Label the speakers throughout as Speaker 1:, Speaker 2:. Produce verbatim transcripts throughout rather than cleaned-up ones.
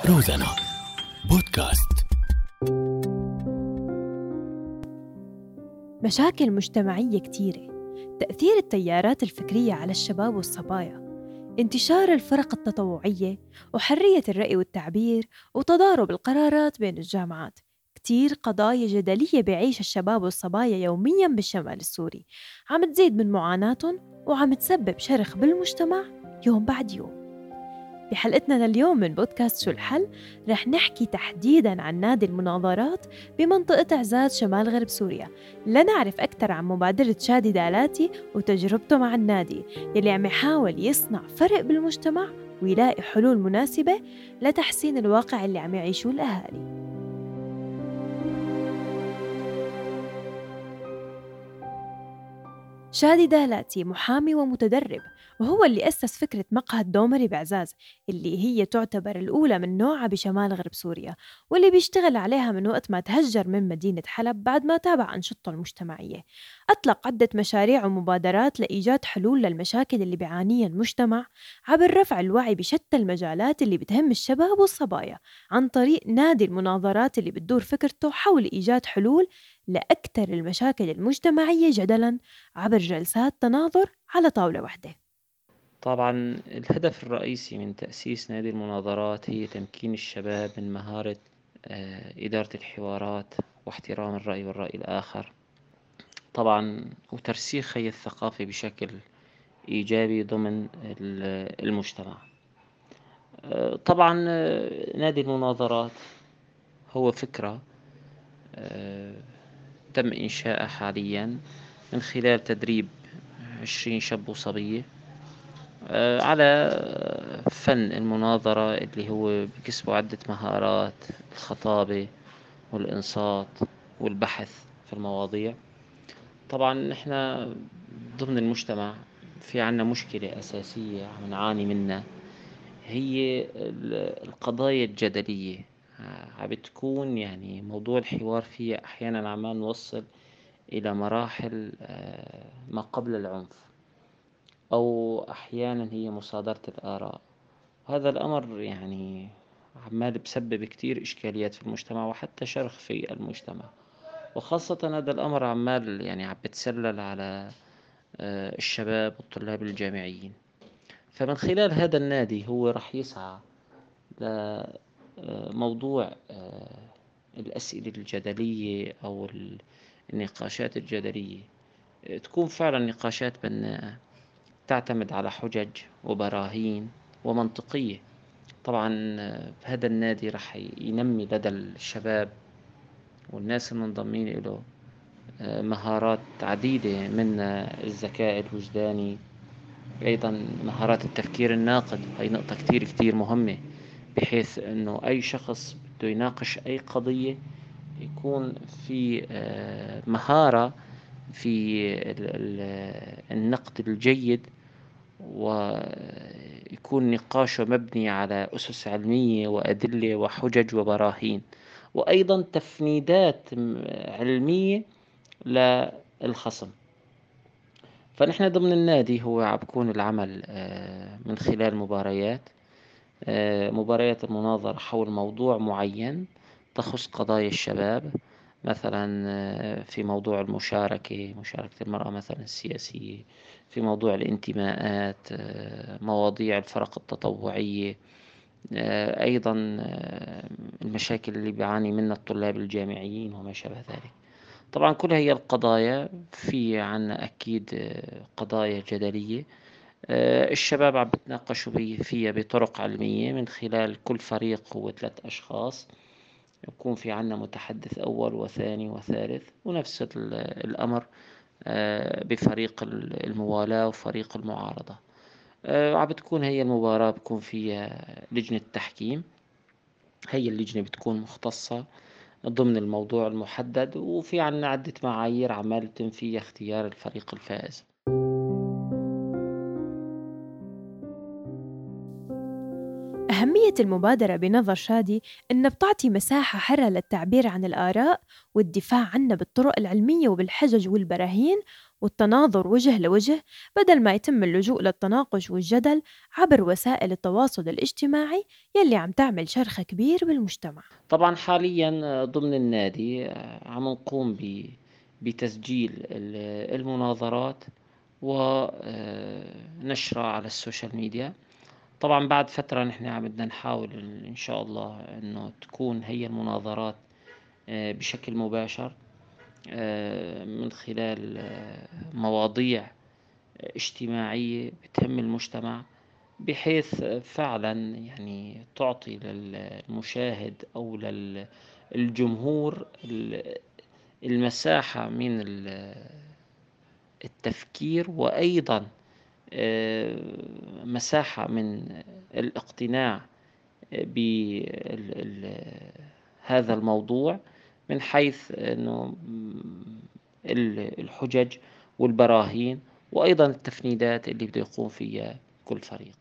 Speaker 1: روزانا بودكاست.
Speaker 2: مشاكل مجتمعية كتيرة، تأثير التيارات الفكرية على الشباب والصبايا، انتشار الفرق التطوعية، وحرية الرأي والتعبير، وتضارب القرارات بين الجامعات. كتير قضايا جدلية بيعيش الشباب والصبايا يومياً بالشمال السوري، عم تزيد من معاناتهم وعم تسبب شرخ بالمجتمع يوم بعد يوم. بحلقتنا لليوم من بودكاست شو الحل رح نحكي تحديداً عن نادي المناظرات بمنطقة عزاز شمال غرب سوريا، لنعرف أكثر عن مبادرة شادي دالاتي وتجربته مع النادي يلي عم يحاول يصنع فرق بالمجتمع ويلاقي حلول مناسبة لتحسين الواقع اللي عم يعيشوه الأهالي. شادي دالاتي محامي ومتدرب، وهو اللي أسس فكرة مقهى الدومري بعزاز اللي هي تعتبر الأولى من نوعها بشمال غرب سوريا، واللي بيشتغل عليها من وقت ما تهجر من مدينة حلب بعد ما تابع أنشطته المجتمعية. أطلق عدة مشاريع ومبادرات لإيجاد حلول للمشاكل اللي بيعانيها المجتمع عبر رفع الوعي بشتى المجالات اللي بتهم الشباب والصبايا، عن طريق نادي المناظرات اللي بتدور فكرته حول إيجاد حلول لأكثر المشاكل المجتمعية جدلاً عبر جلسات تناظر على طاولة واحدة.
Speaker 3: طبعا الهدف الرئيسي من تأسيس نادي المناظرات هي تمكين الشباب من مهارة آه، إدارة الحوارات واحترام الرأي والرأي الآخر، طبعا وترسيخ هي الثقافة بشكل إيجابي ضمن ال- المجتمع. آه، طبعا آه، نادي المناظرات هو فكرة آه، تم إنشائها حاليا من خلال تدريب عشرين شاب وصبية آه، على فن المناظرة اللي هو بيكسبوا عدة مهارات: الخطابة والإنصات والبحث في المواضيع. طبعا نحن ضمن المجتمع في عنا مشكلة أساسية عم نعاني منها، هي ال- القضايا الجدلية. آه، عم بتكون يعني موضوع الحوار فيها أحيانا عمال نوصل إلى مراحل آه، ما قبل العنف، أو أحيانا هي مصادرة الآراء. هذا الأمر يعني عمال بسبب كتير إشكاليات في المجتمع وحتى شرخ في المجتمع، وخاصة هذا الأمر عمال يعني عم بتسلل على آه، الشباب والطلاب الجامعيين. فمن خلال هذا النادي هو رح يسعى لموضوع الأسئلة الجدلية أو ال- النقاشات الجدلية آه، تكون فعلا نقاشات بناءة، تعتمد على حجج وبراهين ومنطقية. طبعا آه، هذا النادي رح ينمي لدى الشباب والناس المنضمين له آه، مهارات عديدة، من الذكاء الوجداني، أيضا مهارات التفكير الناقد. هاي نقطة كتير كتير مهمة، بحيث أنه أي شخص بده يناقش أي قضية يكون في آه، مهارة في ال- ال- النقد الجيد، ويكون نقاشه مبني على أسس علمية وأدلة وحجج وبراهين، وأيضا تفنيدات علمية للخصم. فنحن ضمن النادي هو عم بكون العمل آه، من خلال مباريات آه، مباريات المناظرة حول موضوع معين تخص قضايا الشباب، مثلا آه، في موضوع المشاركة، مشاركة المرأة مثلا السياسية، في موضوع الانتماءات، آه، مواضيع الفرق التطوعية، آه، أيضا آه، المشاكل اللي بيعاني منها الطلاب الجامعيين وما شابه ذلك. طبعا كل هي القضايا في عنا أكيد آه، قضايا جدلية آه، الشباب عم بتناقشوا بي- فيها بطرق علمية. من خلال كل فريق هو ثلاث أشخاص، يكون في عنا متحدث أول وثاني وثالث، ونفس ال- الأمر آه، بفريق ال- الموالاة وفريق المعارضة. آه، عم بتكون هي المباراة بكون فيها لجنة تحكيم، هي اللجنة بتكون مختصة ضمن الموضوع المحدد، وفي عنا عدة معايير عمال يتم فيها اختيار الفريق الفائز.
Speaker 2: أهمية المبادرة بنظر شادي إنها بتعطي مساحة حرة للتعبير عن الآراء والدفاع عنها بالطرق العلمية وبالحجج والبراهين، والتناظر وجه لوجه بدل ما يتم اللجوء للتناقش والجدل عبر وسائل التواصل الاجتماعي يلي عم تعمل شرخ كبير بالمجتمع.
Speaker 3: طبعا حاليا آه، ضمن النادي آه، عم نقوم ب- بتسجيل ال- المناظرات ونشرها على السوشيال ميديا. طبعا بعد فترة نحن عم بدنا نحاول إن إن شاء الله إنه تكون هي المناظرات آه، بشكل مباشر، آه، من خلال آه، مواضيع اجتماعية بتهم المجتمع، بحيث فعلا يعني تعطي للمشاهد أو للجمهور المساحة من التفكير، وأيضا آه، مساحة من الاقتناع بهذا الموضوع، من حيث أنه الحجج والبراهين، وأيضا التفنيدات اللي بده يقوم فيها كل فريق.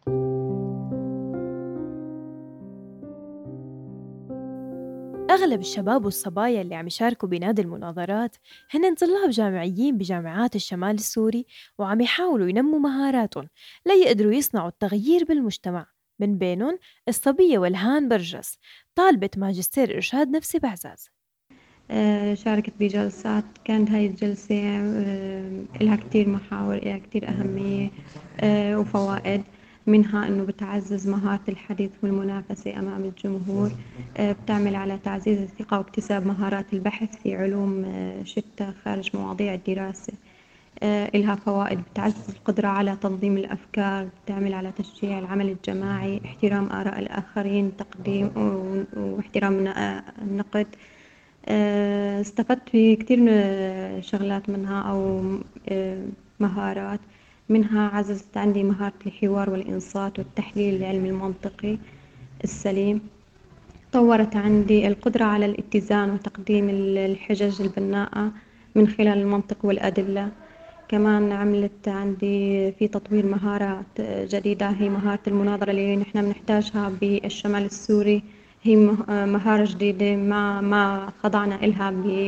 Speaker 2: أغلب الشباب والصبايا اللي عم يشاركوا بنادي المناظرات هن طلاب جامعيين بجامعات الشمال السوري، وعم يحاولوا ينموا مهاراتهم ليقدروا يصنعوا التغيير بالمجتمع. من بينهم الصبية والهان برجس، طالبة ماجستير إرشاد نفسي بعزاز.
Speaker 4: آه، شاركت بجلسات، كانت هاي الجلسة آه، إلها كتير محاور، إلها كتير أهمية آه، وفوائد. منها إنه بتعزز مهارة الحديث والمنافسة أمام الجمهور، آه، بتعمل على تعزيز الثقة واكتساب مهارات البحث في علوم آه، شتى خارج مواضيع الدراسة. آه، إلها فوائد، بتعزز القدرة على تنظيم الأفكار، بتعمل على تشجيع العمل الجماعي، احترام آراء الآخرين، تقديم واحترام النقد. آه، استفدت في كتير من شغلات منها أو آه، مهارات. منها عززت عندي مهارة الحوار والإنصات والتحليل العلمي المنطقي السليم. طورت عندي القدرة على الاتزان وتقديم الحجج البناءة من خلال المنطق والأدلة. كمان عملت عندي في تطوير مهارات جديدة، هي مهارة المناظرة اللي نحن بنحتاجها بالشمال السوري. هي مهارة جديدة ما ما خضعنا إلها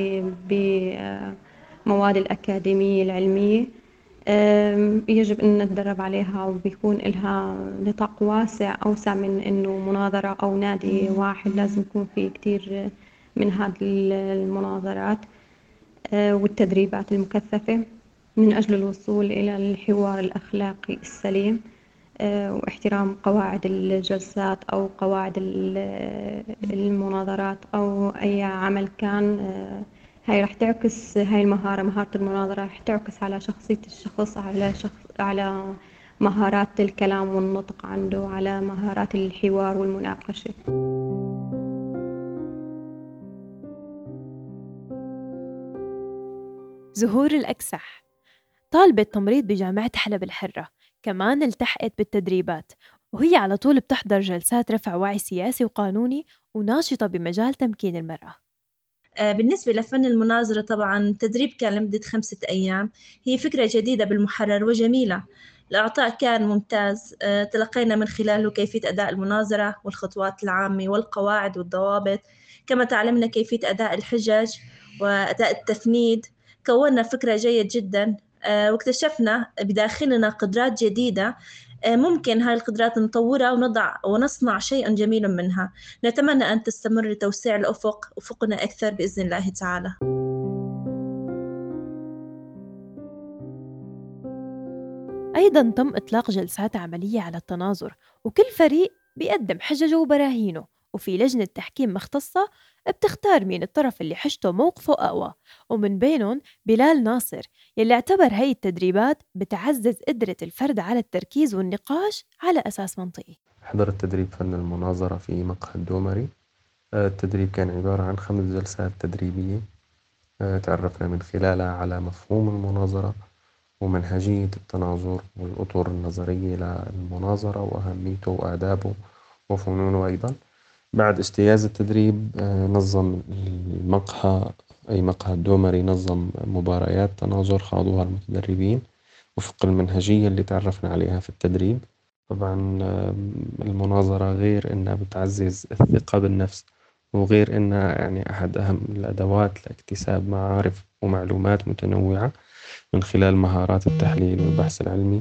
Speaker 4: بمواد الأكاديمية العلمية. يجب أن نتدرب عليها، وبيكون إلها نطاق واسع أوسع من إنه مناظرة أو نادي واحد. لازم يكون في كتير من هذه المناظرات والتدريبات المكثفة من أجل الوصول إلى الحوار الأخلاقي السليم واحترام قواعد الجلسات أو قواعد المناظرات أو أي عمل كان. هاي رح تعكس، هاي المهارة، مهارة المناظرة رح تعكس على شخصية الشخص، على شخص، على مهارات الكلام والنطق عنده، على مهارات الحوار والمناقشة.
Speaker 2: زهور الأكسح، طالبة تمريض بجامعة حلب الحرة، كمان التحقت بالتدريبات، وهي على طول بتحضر جلسات رفع وعي سياسي وقانوني، وناشطة بمجال تمكين المرأة.
Speaker 5: بالنسبة لفن المناظرة، طبعا التدريب كان لمدة خمسة أيام. هي فكرة جديدة بالمحرر وجميلة. الإعطاء كان ممتاز، تلقينا من خلاله كيفية أداء المناظرة والخطوات العامة والقواعد والضوابط. كما تعلمنا كيفية أداء الحجج وأداء التفنيد. كونا فكرة جيد جدا، واكتشفنا بداخلنا قدرات جديدة، ممكن هاي القدرات نطورها ونضع ونصنع شيئا جميلا منها. نتمنى أن تستمر لتوسيع الأفق أفقنا أكثر بإذن الله تعالى.
Speaker 2: أيضا تم إطلاق جلسات عملية على التناظر، وكل فريق بيقدم حججه وبراهينه، وفي لجنة تحكيم مختصة بتختار مين الطرف اللي حجته موقفه أقوى. ومن بينهم بلال ناصر، يلي اعتبر هاي التدريبات بتعزز قدرة الفرد على التركيز والنقاش على أساس منطقي.
Speaker 6: حضرت تدريب فن المناظرة في مقهى الدومري. التدريب كان عبارة عن خمس جلسات تدريبية تعرفنا من خلالها على مفهوم المناظرة ومنهجية التناظر والأطر النظرية للمناظرة وأهميته وآدابه وفنونه. أيضا بعد اجتياز التدريب نظم المقهى أي مقهى الدومري نظم مباريات تناظر خاضوها المتدربين وفق المنهجية اللي تعرفنا عليها في التدريب. طبعا المناظرة غير إنها بتعزز الثقة بالنفس، وغير إنها يعني أحد أهم الأدوات لاكتساب معارف ومعلومات متنوعة، من خلال مهارات التحليل والبحث العلمي.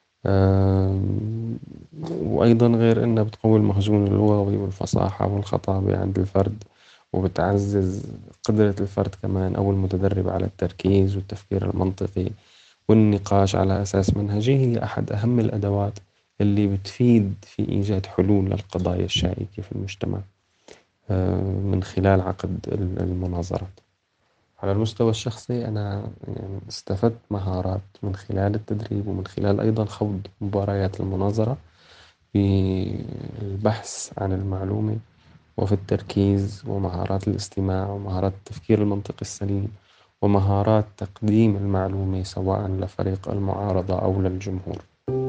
Speaker 6: وأيضا غير أنها بتقوي المخزون اللغوي والفصاحة والخطابة عند الفرد، وبتعزز قدرة الفرد كمان أو المتدرب على التركيز والتفكير المنطقي والنقاش على أساس منهجي. هي أحد أهم الأدوات اللي بتفيد في إيجاد حلول للقضايا الشائكة في المجتمع من خلال عقد المناظرات. على المستوى الشخصي أنا يعني استفدت مهارات من خلال التدريب ومن خلال أيضا خوض مباريات المناظرة في البحث عن المعلومة وفي التركيز، ومهارات الاستماع ومهارات التفكير المنطقي السليم ومهارات تقديم المعلومة سواء لفريق المعارضة أو للجمهور.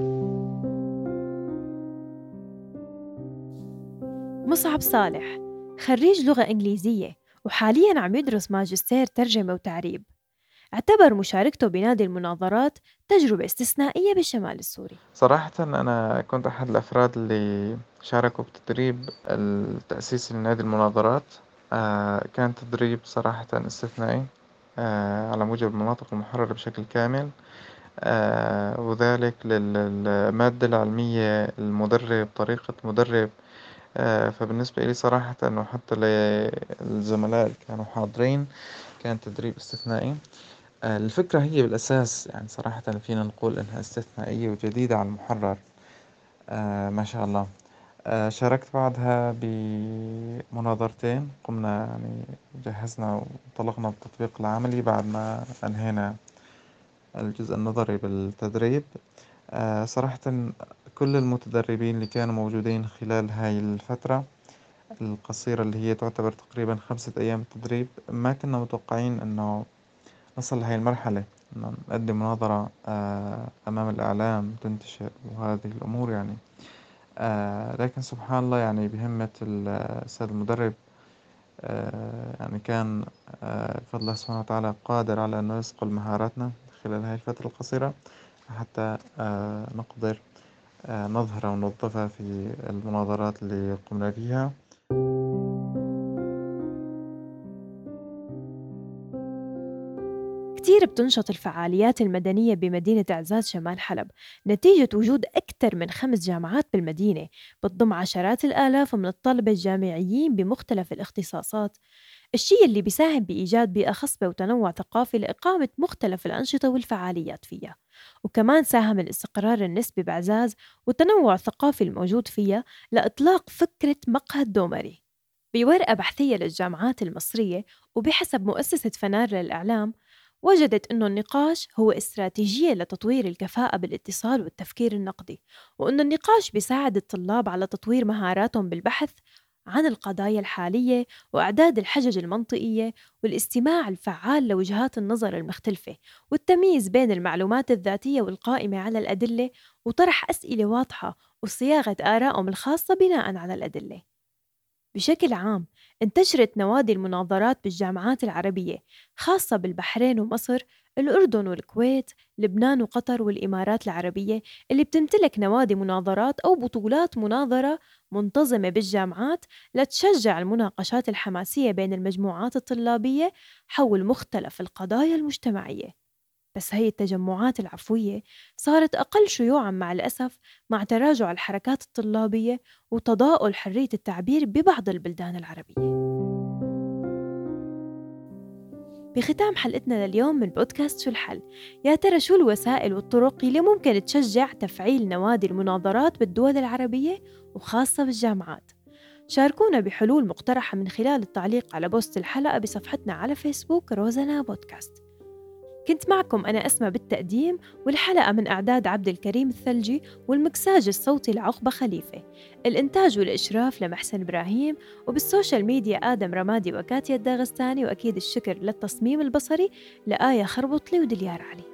Speaker 2: مصعب صالح خريج لغة إنجليزية وحالياً عم يدرس ماجستير ترجمة وتعريب. اعتبر مشاركته بنادي المناظرات تجربة استثنائية بالشمال السوري.
Speaker 7: صراحة أنا كنت أحد الأفراد اللي شاركوا بتدريب التأسيس لنادي المناظرات. آه كان تدريب صراحة استثنائي آه على موجب المناطق المحررة بشكل كامل، آه وذلك للمادة العلمية، المدرب، طريقة مدرب. آه فبالنسبة لي صراحة وحتى للزملاء اللي كانوا حاضرين كان تدريب استثنائي. آه الفكرة هي بالأساس يعني صراحة فينا نقول إنها استثنائية وجديدة على المحرر. آه ما شاء الله. آه شاركت بعدها بمناظرتين، قمنا يعني جهزنا وانطلقنا بالتطبيق العملي بعد ما أنهينا الجزء النظري بالتدريب. آه صراحة كل المتدربين اللي كانوا موجودين خلال هاي الفترة القصيرة اللي هي تعتبر تقريبا خمسة أيام التدريب، ما كنا متوقعين أنه نصل لهي المرحلة، أنه نقدم مناظرة آه أمام الإعلام تنتشر وهذه الأمور يعني. آه لكن سبحان الله يعني بهمة السيد المدرب آه يعني كان آه بفضل الله سبحانه وتعالى قادر على أنه يصقل مهاراتنا خلال هاي الفترة القصيرة حتى آه نقدر آه نظهرها ونوظفها في المناظرات اللي قمنا بها.
Speaker 2: كتير بتنشط الفعاليات المدنية بمدينة عزاز شمال حلب نتيجة وجود أكثر من خمس جامعات بالمدينة بتضم عشرات الآلاف من الطلبة الجامعيين بمختلف الاختصاصات، الشيء اللي بيساهم بإيجاد بيئة خصبة وتنوع ثقافي لإقامة مختلف الأنشطة والفعاليات فيها. وكمان ساهم الاستقرار النسبي بعزاز والتنوع الثقافي الموجود فيها لإطلاق فكرة مقهى الدومري. بورقة بحثية للجامعات المصرية وبحسب مؤسسة فنار للإعلام، وجدت أنه النقاش هو استراتيجية لتطوير الكفاءة بالاتصال والتفكير النقدي، وأنه النقاش بيساعد الطلاب على تطوير مهاراتهم بالبحث عن القضايا الحالية وإعداد الحجج المنطقية والاستماع الفعال لوجهات النظر المختلفة والتمييز بين المعلومات الذاتية والقائمة على الأدلة وطرح أسئلة واضحة وصياغة آرائهم الخاصة بناء على الأدلة. بشكل عام انتشرت نوادي المناظرات بالجامعات العربية خاصة بالبحرين ومصر، الأردن والكويت، لبنان وقطر والإمارات العربية، اللي بتمتلك نوادي مناظرات أو بطولات مناظرة منتظمة بالجامعات لتشجع المناقشات الحماسية بين المجموعات الطلابية حول مختلف القضايا المجتمعية. بس هي التجمعات العفوية صارت أقل شيوعاً مع الأسف مع تراجع الحركات الطلابية وتضاؤل حرية التعبير ببعض البلدان العربية. بختام حلقتنا لليوم من بودكاست شو الحل، يا ترى شو الوسائل والطرق اللي ممكن تشجع تفعيل نوادي المناظرات بالدول العربية وخاصة بالجامعات؟ شاركونا بحلول مقترحة من خلال التعليق على بوست الحلقة بصفحتنا على فيسبوك روزانا بودكاست. كنت معكم أنا أسمى بالتقديم، والحلقة من إعداد عبد الكريم الثلجي، والمكساج الصوتي لعقبة خليفة، الإنتاج والإشراف لمحسن إبراهيم، وبالسوشيال ميديا آدم رمادي وكاتيا الداغستاني، وأكيد الشكر للتصميم البصري لآية خربطلي ودليار علي.